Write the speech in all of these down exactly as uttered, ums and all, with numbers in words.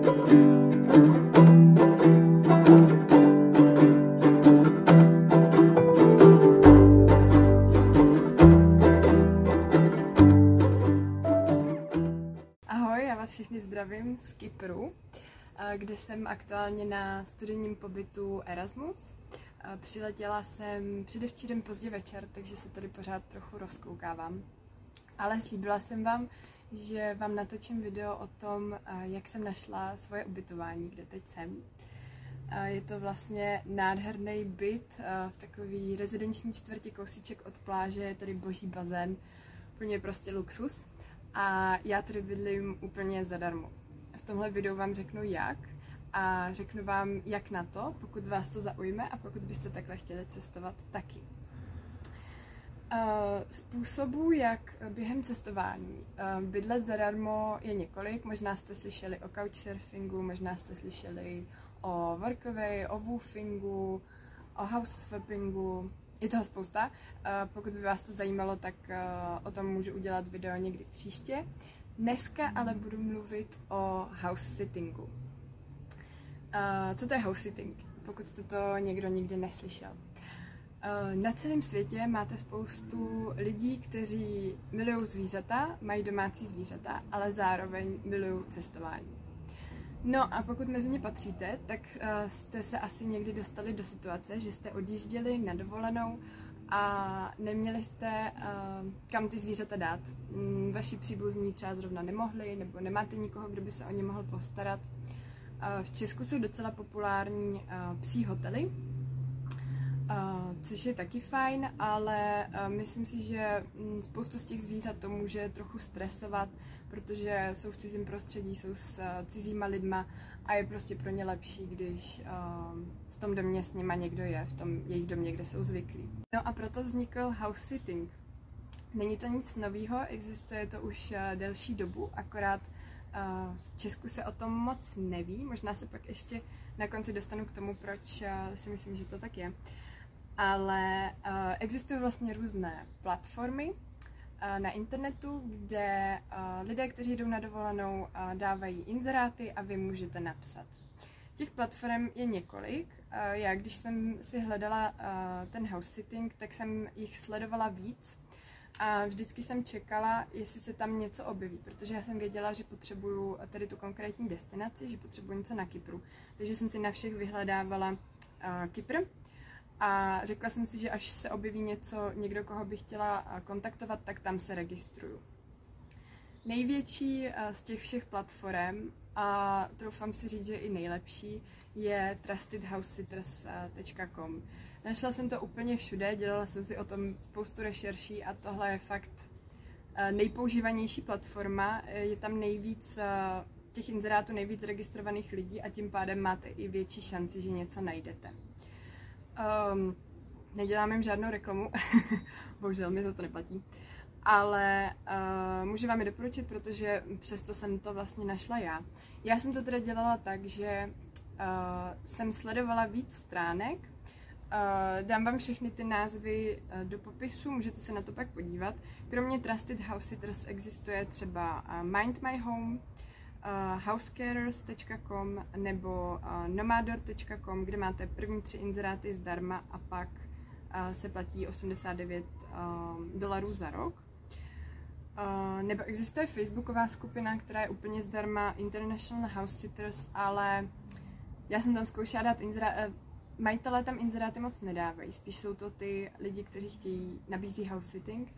Ahoj, já vás všichni zdravím z Kypru, kde jsem aktuálně na studijním pobytu Erasmus. Přiletěla jsem předevčírem pozdě večer, takže se tady pořád trochu rozkoukávám. Ale slíbila jsem vám, že vám natočím video o tom, jak jsem našla svoje ubytování, kde teď jsem. Je to vlastně nádherný byt v takový rezidenční čtvrti, kousíček od pláže, je tady boží bazén, úplně prostě luxus. A já tady bydlím úplně zadarmo. V tomhle videu vám řeknu jak a řeknu vám jak na to, pokud vás to zaujme a pokud byste takhle chtěli cestovat taky. Způsobů, jak během cestování bydlet zadarmo, je několik. Možná jste slyšeli o couchsurfingu, možná jste slyšeli o workaway, o woofingu, o houseswappingu. Je toho spousta. Pokud by vás to zajímalo, tak o tom můžu udělat video někdy příště. Dneska ale budu mluvit o house sittingu. Co to je house sitting? Pokud jste to někdo nikdy neslyšel. Na celém světě máte spoustu lidí, kteří milují zvířata, mají domácí zvířata, ale zároveň milují cestování. No a pokud mezi ně patříte, tak uh, jste se asi někdy dostali do situace, že jste odjížděli na dovolenou a neměli jste uh, kam ty zvířata dát. Mm, vaši příbuzní třeba zrovna nemohli, nebo nemáte nikoho, kdo by se o ně mohl postarat. Uh, v Česku jsou docela populární uh, psí hotely, uh, což je taky fajn, ale uh, myslím si, že um, spoustu z těch zvířat to může trochu stresovat, protože jsou v cizím prostředí, jsou s uh, cizíma lidma a je prostě pro ně lepší, když uh, v tom domě s nima někdo je, v tom jejich domě, kde jsou zvyklí. No a proto vznikl house sitting. Není to nic nového, existuje to už uh, delší dobu, akorát uh, v Česku se o tom moc neví, možná se pak ještě na konci dostanu k tomu, proč uh, si myslím, že to tak je. Ale uh, existují vlastně různé platformy na internetu, kde uh, lidé, kteří jdou na dovolenou, uh, dávají inzeráty a vy můžete napsat. Těch platform je několik. Uh, já, když jsem si hledala uh, ten house sitting, tak jsem jich sledovala víc a vždycky jsem čekala, jestli se tam něco objeví, protože já jsem věděla, že potřebuju tady tu konkrétní destinaci, že potřebuju něco na Kypru. Takže jsem si na všech vyhledávala uh, Kypr. A řekla jsem si, že až se objeví něco, někdo, koho bych chtěla kontaktovat, tak tam se registruju. Největší z těch všech platform, a troufám si říct, že i nejlepší, je trusted house sitters tečka com. Našla jsem to úplně všude, dělala jsem si o tom spoustu rešerší a tohle je fakt nejpoužívanější platforma. Je tam nejvíc těch inzerátů, nejvíc registrovaných lidí a tím pádem máte i větší šanci, že něco najdete. Um, nedělám jim žádnou reklamu, bohužel mi za to neplatí, ale uh, můžu vám je doporučit, protože přesto jsem to vlastně našla já. Já jsem to teda dělala tak, že uh, jsem sledovala víc stránek, uh, dám vám všechny ty názvy uh, do popisu, můžete se na to pak podívat. Kromě Trusted House Sitters existuje třeba uh, Mind My Home, Uh, housecarers tečka com nebo uh, nomador tečka com, kde máte první tři inzeráty zdarma a pak uh, se platí osmdesát devět uh, dolarů za rok. Uh, nebo existuje facebooková skupina, která je úplně zdarma, International House Sitters, ale já jsem tam zkoušela dát inzeráty, uh, majitelé tam inzeráty moc nedávají, spíš jsou to ty lidi, kteří chtějí nabízí house sitting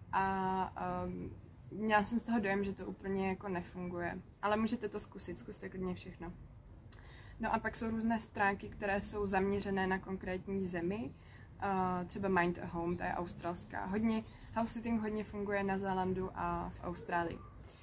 a um, měla jsem z toho dojem, že to úplně jako nefunguje, ale můžete to zkusit, zkuste klidně všechno. No a pak jsou různé stránky, které jsou zaměřené na konkrétní zemi, uh, třeba Mind a Home, ta je australská. Hodně, house sitting hodně funguje na Zélandu a v Austrálii. Uh,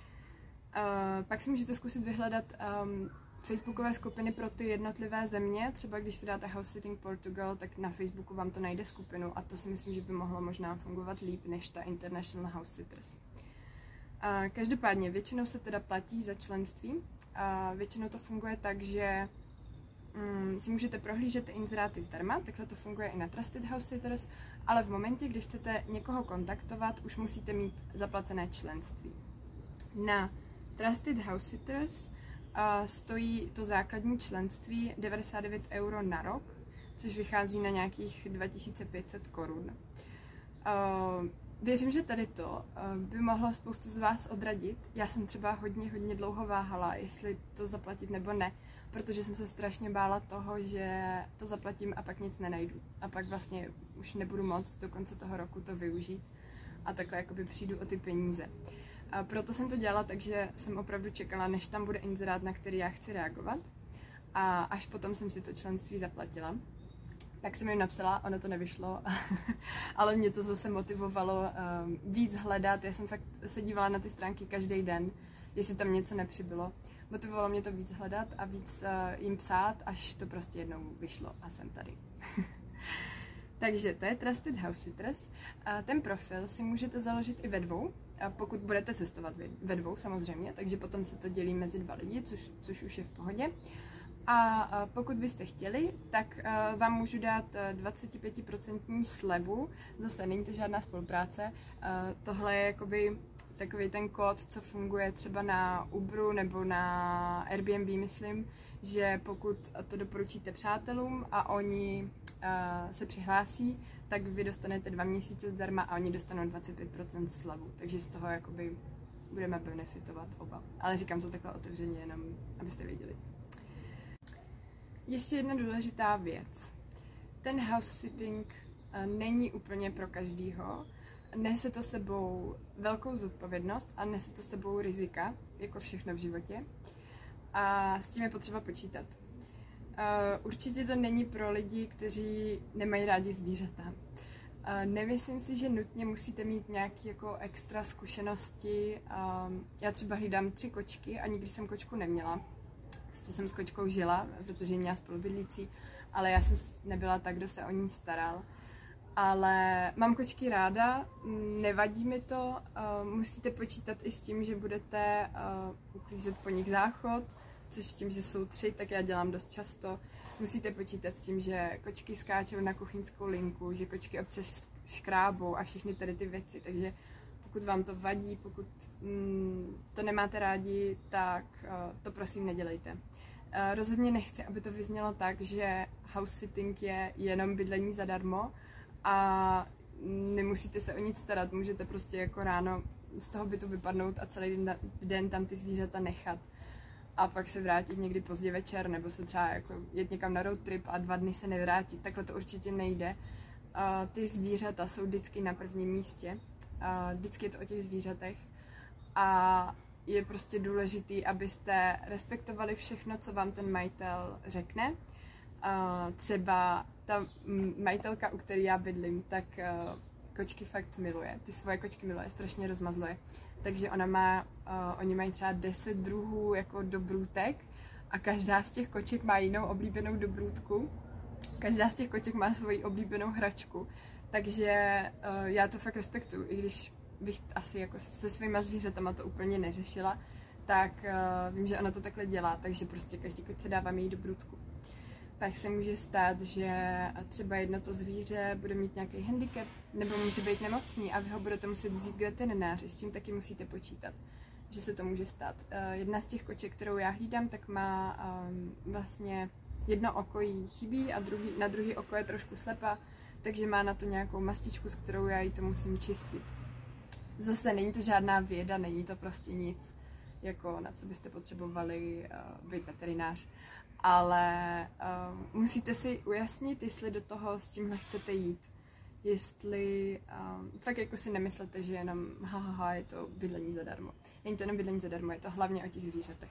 pak si můžete zkusit vyhledat um, facebookové skupiny pro ty jednotlivé země, třeba když si dáte House Sitting Portugal, tak na Facebooku vám to najde skupinu a to si myslím, že by mohlo možná fungovat líp než ta International House Sitters. A každopádně většinou se teda platí za členství a většinou to funguje tak, že mm, si můžete prohlížet ty inzeráty zdarma, takhle to funguje i na Trusted House Sitters, ale v momentě, kdy chcete někoho kontaktovat, už musíte mít zaplacené členství. Na Trusted House Sitters Stojí to základní členství devadesát devět euro na rok, což vychází na nějakých dva tisíce pět set korun. Věřím, že tady to by mohlo spoustu z vás odradit. Já jsem třeba hodně, hodně dlouho váhala, jestli to zaplatit nebo ne, protože jsem se strašně bála toho, že to zaplatím a pak nic nenajdu. A pak vlastně už nebudu moct do konce toho roku to využít a takhle jakoby přijdu o ty peníze. A proto jsem to dělala, takže jsem opravdu čekala, než tam bude inzerát, na který já chci reagovat. A až potom jsem si to členství zaplatila. Tak jsem jim napsala, ono to nevyšlo, ale mě to zase motivovalo um, víc hledat. Já jsem fakt se dívala na ty stránky každý den, jestli tam něco nepřibylo. Motivovalo mě to víc hledat a víc uh, jim psát, až to prostě jednou vyšlo a jsem tady. Takže to je Trusted House Sitters. Ten profil si můžete založit i ve dvou, pokud budete cestovat ve dvou samozřejmě, takže potom se to dělí mezi dva lidi, což, což už je v pohodě. A pokud byste chtěli, tak vám můžu dát dvacet pět procent slevu, zase není to žádná spolupráce, tohle je jakoby takový ten kód, co funguje třeba na Uberu nebo na Airbnb, myslím, že pokud to doporučíte přátelům a oni uh, se přihlásí, tak vy dostanete dva měsíce zdarma a oni dostanou dvacet pět procent slevu, takže z toho jakoby budeme benefitovat oba. Ale říkám to takhle otevřeně, jenom abyste věděli. Ještě jedna důležitá věc. Ten house sitting uh, není úplně pro každýho. Nese to sebou velkou zodpovědnost a nese to sebou rizika, jako všechno v životě. A s tím je potřeba počítat. Uh, určitě to není pro lidi, kteří nemají rádi zvířata. Uh, nemyslím si, že nutně musíte mít nějaké jako extra zkušenosti. Uh, já třeba hlídám tři kočky a nikdy jsem kočku neměla. Sice jsem s kočkou žila, protože měla spolubydlící, ale já jsem nebyla ta, kdo se o ní staral. Ale mám kočky ráda, nevadí mi to, uh, musíte počítat i s tím, že budete uh, uklízet po nich záchod, což tím, že jsou tři, tak já dělám dost často. Musíte počítat s tím, že kočky skáčou na kuchyňskou linku, že kočky občas škrábou a všechny tady ty věci, takže pokud vám to vadí, pokud mm, to nemáte rádi, tak uh, to prosím nedělejte. Uh, rozhodně nechci, aby to vyznělo tak, že house sitting je jenom bydlení zadarmo, a nemusíte se o nic starat, můžete prostě jako ráno z toho bytu vypadnout a celý den, den tam ty zvířata nechat a pak se vrátit někdy pozdě večer nebo se třeba jako jet někam na road trip a dva dny se nevrátit, takhle to určitě nejde. Uh, ty zvířata jsou vždycky na prvním místě, uh, vždycky je to o těch zvířatech a je prostě důležitý, abyste respektovali všechno, co vám ten majitel řekne. Uh, třeba ta majitelka, u které já bydlím, tak uh, kočky fakt miluje. Ty svoje kočky miluje, strašně rozmazluje. Takže ona má, uh, oni mají třeba deset druhů jako dobrůtek a každá z těch koček má jinou oblíbenou dobrůtku. Každá z těch koček má svoji oblíbenou hračku. Takže uh, já to fakt respektuju, i když bych asi jako se svýma zvířatama to úplně neřešila, tak uh, vím, že ona to takhle dělá, takže prostě každý kočce dávám její dobrůtku. Pak se může stát, že třeba jedno to zvíře bude mít nějaký handicap nebo může být nemocný a vy ho budete muset vzít k veterináři. S tím taky musíte počítat, že se to může stát. Jedna z těch koček, kterou já hlídám, tak má um, vlastně jedno oko jí chybí a druhý, na druhý oko je trošku slepá, takže má na to nějakou mastičku, s kterou já jí to musím čistit. Zase není to žádná věda, není to prostě nic, jako na co byste potřebovali uh, být veterinář. Ale um, musíte si ujasnit, jestli do toho s tímhle chcete jít. Jestli um, fakt jako si nemyslete, že jenom hahaha, ha, ha, je to bydlení zadarmo. Není to jenom bydlení zadarmo, je to hlavně o těch zvířatech.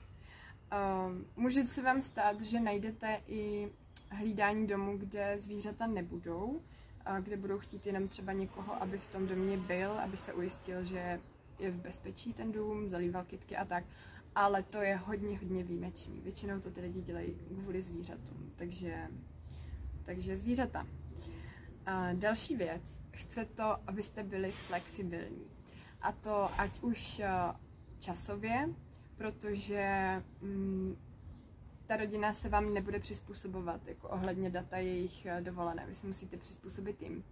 Um, může se vám stát, že najdete i hlídání domu, kde zvířata nebudou, a kde budou chtít jenom třeba někoho, aby v tom domě byl, aby se ujistil, že je v bezpečí ten dům, zalíval kytky a tak. Ale to je hodně, hodně výjimečný. Většinou to ty lidi dělají kvůli zvířatům. Takže, takže zvířata. A další věc. Chce to, abyste byli flexibilní. A to ať už časově, protože mm, ta rodina se vám nebude přizpůsobovat jako ohledně data jejich dovolené. Vy se musíte přizpůsobit jim.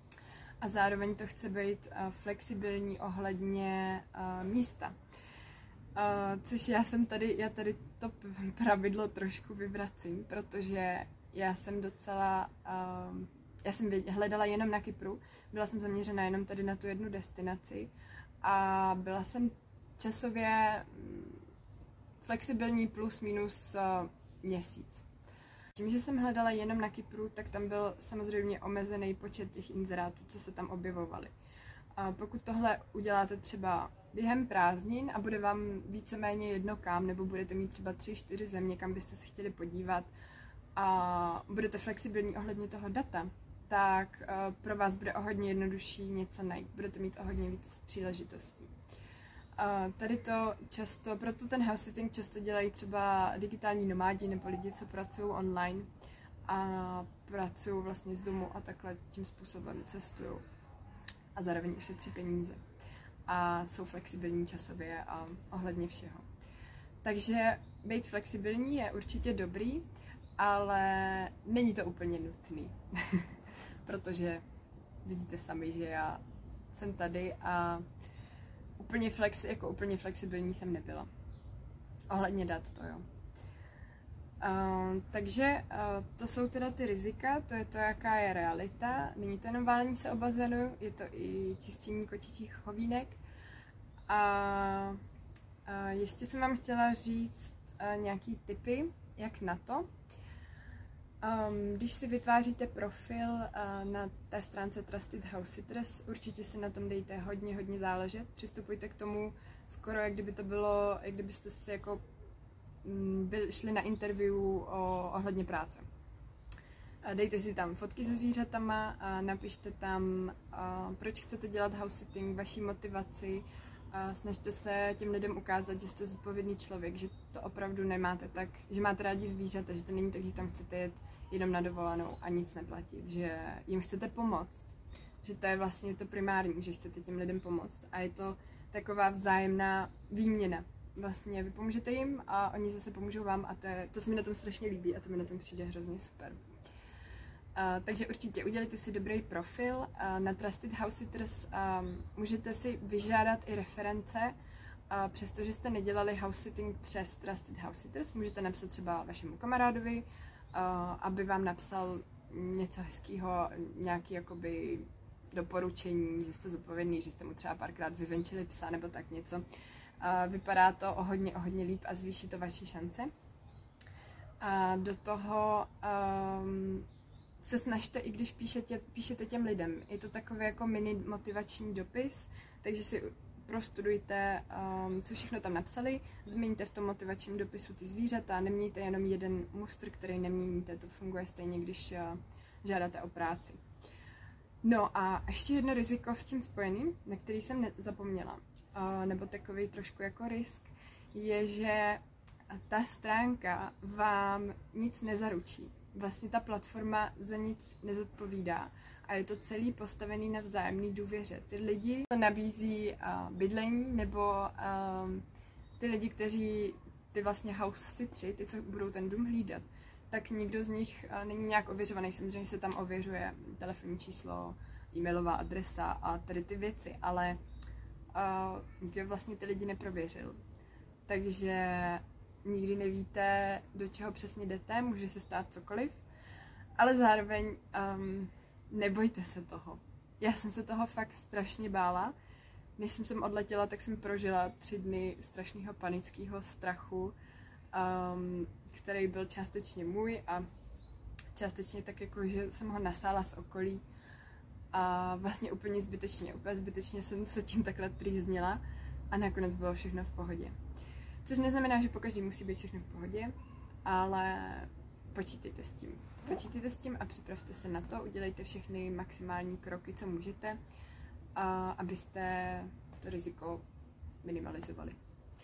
A zároveň to chce být flexibilní ohledně místa. Uh, což já jsem tady, já tady to pravidlo trošku vyvracím, protože já jsem docela, uh, já jsem hledala jenom na Kypru, byla jsem zaměřena jenom tady na tu jednu destinaci a byla jsem časově flexibilní plus minus uh, měsíc. Tím, že jsem hledala jenom na Kypru, tak tam byl samozřejmě omezený počet těch inzerátů, co se tam objevovaly. A pokud tohle uděláte třeba během prázdnin a bude vám víceméně jedno kam, nebo budete mít třeba tři, čtyři země, kam byste se chtěli podívat a budete flexibilní ohledně toho data, tak uh, pro vás bude o hodně jednodušší něco najít. Budete mít o hodně víc příležitostí. Uh, tady to často, proto ten house sitting často dělají třeba digitální nomádi nebo lidi, co pracují online a pracují vlastně z domu a takhle tím způsobem cestují a zároveň ušetří peníze a jsou flexibilní časově a ohledně všeho. Takže být flexibilní je určitě dobrý, ale není to úplně nutný, protože vidíte sami, že já jsem tady a úplně, flex, jako úplně flexibilní jsem nebyla. Ohledně dat to jo. Uh, takže uh, to jsou teda ty rizika, to je to, jaká je realita. Není to jenom válení se o bazénu, je to i čištění kočičích chovínek. A uh, ještě jsem vám chtěla říct uh, nějaký tipy, jak na to. Um, když si vytváříte profil uh, na té stránce Trusted House Sitters, určitě si na tom dejte hodně, hodně záležet. Přistupujte k tomu skoro, jak kdyby to bylo, jak kdybyste si jako um, byli, šli na interview o, ohledně práce. Uh, dejte si tam fotky se zvířatama a napište tam, uh, proč chcete dělat house sitting, vaší motivaci. A snažte se těm lidem ukázat, že jste zodpovědný člověk, že to opravdu nemáte tak, že máte rádi zvířata, že to není tak, že tam chcete jet jenom na dovolenou a nic neplatit, že jim chcete pomoct, že to je vlastně to primární, že chcete těm lidem pomoct a je to taková vzájemná výměna. Vlastně vy pomůžete jim a oni zase pomůžou vám a to, je, to se mi na tom strašně líbí a to mi na tom přijde hrozně super. Uh, takže určitě udělejte si dobrý profil uh, na Trusted House Sitters. Um, můžete si vyžádat i reference, uh, přestože jste nedělali house sitting přes Trusted House Sitters. Můžete napsat třeba vašemu kamarádovi, uh, aby vám napsal něco hezkého, nějaký jakoby doporučení, že jste zodpovědný, že jste mu třeba párkrát vyvenčili psa nebo tak něco. Uh, vypadá to o hodně, o hodně líp a zvýší to vaše šance. A do toho um, se snažte, i když píšete, píšete těm lidem. Je to takový jako mini motivační dopis, takže si prostudujte, um, co všechno tam napsali, změňte v tom motivačním dopisu ty zvířata, nemějte jenom jeden mustr, který neměníte, to funguje stejně, když uh, žádáte o práci. No a ještě jedno riziko s tím spojeným, na který jsem nezapomněla, uh, nebo takový trošku jako risk, je, že ta stránka vám nic nezaručí. Vlastně ta platforma za nic nezodpovídá a je to celý postavený na vzájemné důvěře. Ty lidi nabízí uh, bydlení nebo um, ty lidi, kteří, ty vlastně house sittři, ty, co budou ten dům hlídat, tak nikdo z nich uh, není nějak ověřovaný. Samozřejmě se tam ověřuje telefonní číslo, e-mailová adresa a tady ty věci, ale uh, nikdo vlastně ty lidi neprověřil. Takže nikdy nevíte, do čeho přesně jdete, může se stát cokoliv, ale zároveň um, nebojte se toho. Já jsem se toho fakt strašně bála. Než jsem sem odletěla, tak jsem prožila tři dny strašného panického strachu, um, který byl částečně můj a částečně tak jako, že jsem ho nasála z okolí a vlastně úplně zbytečně, úplně zbytečně jsem se tím takhle trýznila a nakonec bylo všechno v pohodě. Což neznamená, že pokaždý musí být všechno v pohodě, ale počítejte s tím. Počítejte s tím a připravte se na to, udělejte všechny maximální kroky, co můžete, a abyste to riziko minimalizovali.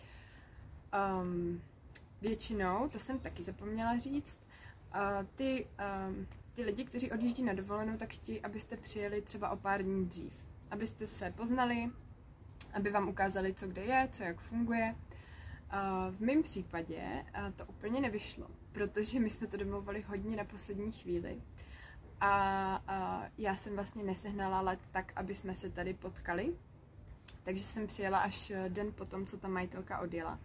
Um, většinou, to jsem taky zapomněla říct, uh, ty, um, ty lidi, kteří odjíždí na dovolenou, tak chtějí, abyste přijeli třeba o pár dní dřív. Abyste se poznali, aby vám ukázali, co kde je, co jak funguje. V mém případě to úplně nevyšlo, protože my jsme to domlouvali hodně na poslední chvíli a já jsem vlastně nesehnala let tak, aby jsme se tady potkali Takže jsem přijela až den potom, co ta majitelka odjela.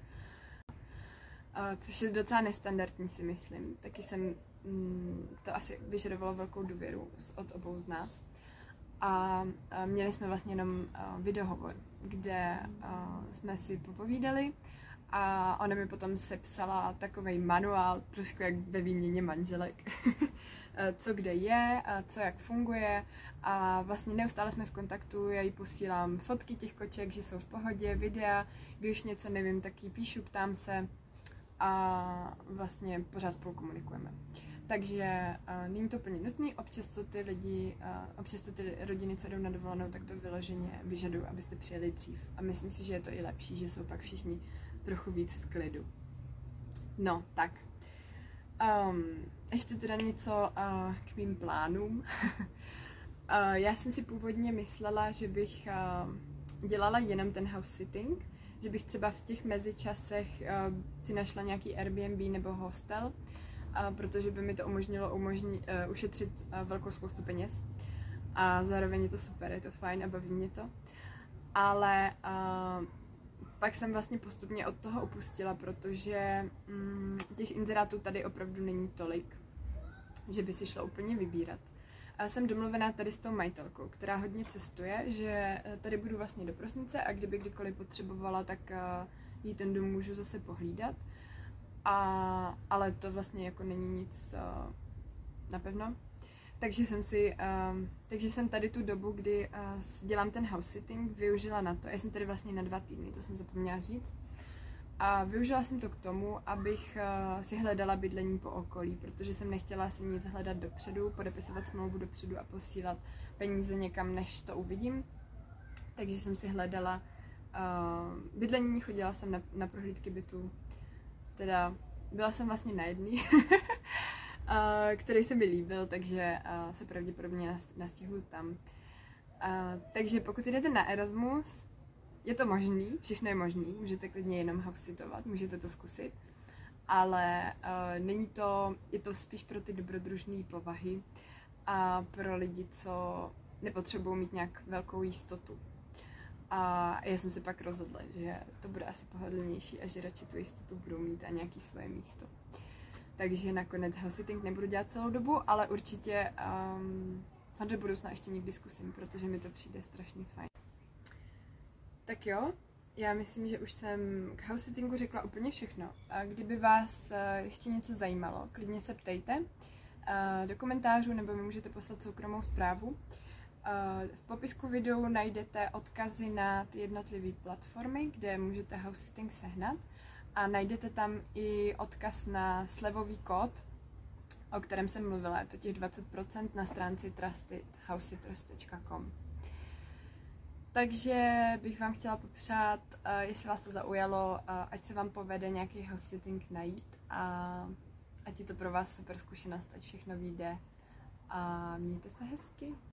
Což je docela nestandardní, si myslím. Taky jsem, to asi vyžadovalo velkou důvěru od obou z nás. A měli jsme vlastně jenom videohovor, kde jsme si popovídali a ona mi potom sepsala takovej manuál, trošku jak ve výměně manželek, co kde je, co jak funguje a vlastně neustále jsme v kontaktu, já jí posílám fotky těch koček, že jsou v pohodě, videa, když něco nevím, tak jí píšu, ptám se a vlastně pořád spolu komunikujeme. Takže uh, není to úplně nutný, občas to ty lidi, uh, občas to ty rodiny, co jdou na dovolenou, tak to vyloženě vyžadují, abyste přijeli dřív. A myslím si, že je to i lepší, že jsou pak všichni trochu víc v klidu. No, tak. Um, ještě teda něco uh, k mým plánům. uh, já jsem si původně myslela, že bych uh, dělala jenom ten house sitting, že bych třeba v těch mezičasech uh, si našla nějaký Airbnb nebo hostel, a protože by mi to umožnilo umožni, uh, ušetřit uh, velkou spoustu peněz. A zároveň je to super, je to fajn a baví mě to. Ale uh, pak jsem vlastně postupně od toho upustila, protože um, těch inzerátů tady opravdu není tolik, že by si šlo úplně vybírat. A jsem domluvená tady s tou majitelkou, která hodně cestuje, že tady budu vlastně do prosince a kdyby kdykoliv potřebovala, tak uh, jí ten dům můžu zase pohlídat. A, ale to vlastně jako není nic uh, napevno. Takže jsem si, um, takže jsem tady tu dobu, kdy uh, dělám ten house sitting, využila na to. Já jsem tady vlastně na dva týdny, to jsem zapomněla říct. A využila jsem to k tomu, abych uh, si hledala bydlení po okolí, protože jsem nechtěla si nic hledat dopředu, podepisovat smlouvu dopředu a posílat peníze někam, než to uvidím. Takže jsem si hledala uh, bydlení, chodila jsem na, na prohlídky bytů. Teda byla jsem vlastně na jedný, který se mi líbil, takže se pravděpodobně nastěhuju tam. Takže pokud jdete na Erasmus, je to možný, všechno je možný, můžete klidně jenom house-sitovat, můžete to zkusit, ale není to, je to spíš pro ty dobrodružné povahy a pro lidi, co nepotřebují mít nějak velkou jistotu. A já jsem si pak rozhodla, že to bude asi pohodlnější a že radši tu jistotu budu mít a nějaký svoje místo. Takže nakonec house sitting nebudu dělat celou dobu, ale určitě um, a do budoucna ještě někdy zkusím, protože mi to přijde strašně fajn. Tak jo, já myslím, že už jsem k house sittingu řekla úplně všechno. A kdyby vás uh, ještě něco zajímalo, klidně se ptejte uh, do komentářů nebo mi můžete poslat soukromou zprávu. V popisku videu najdete odkazy na ty jednotlivé platformy, kde můžete house sitting sehnat a najdete tam i odkaz na slevový kód, o kterém jsem mluvila, je to těch dvacet procent na stránce trusted house sitters tečka com. Takže bych vám chtěla popřát, jestli vás to zaujalo, ať se vám povede nějaký house sitting najít a ať je to pro vás super zkušenost, ať všechno vyjde a mějte se hezky.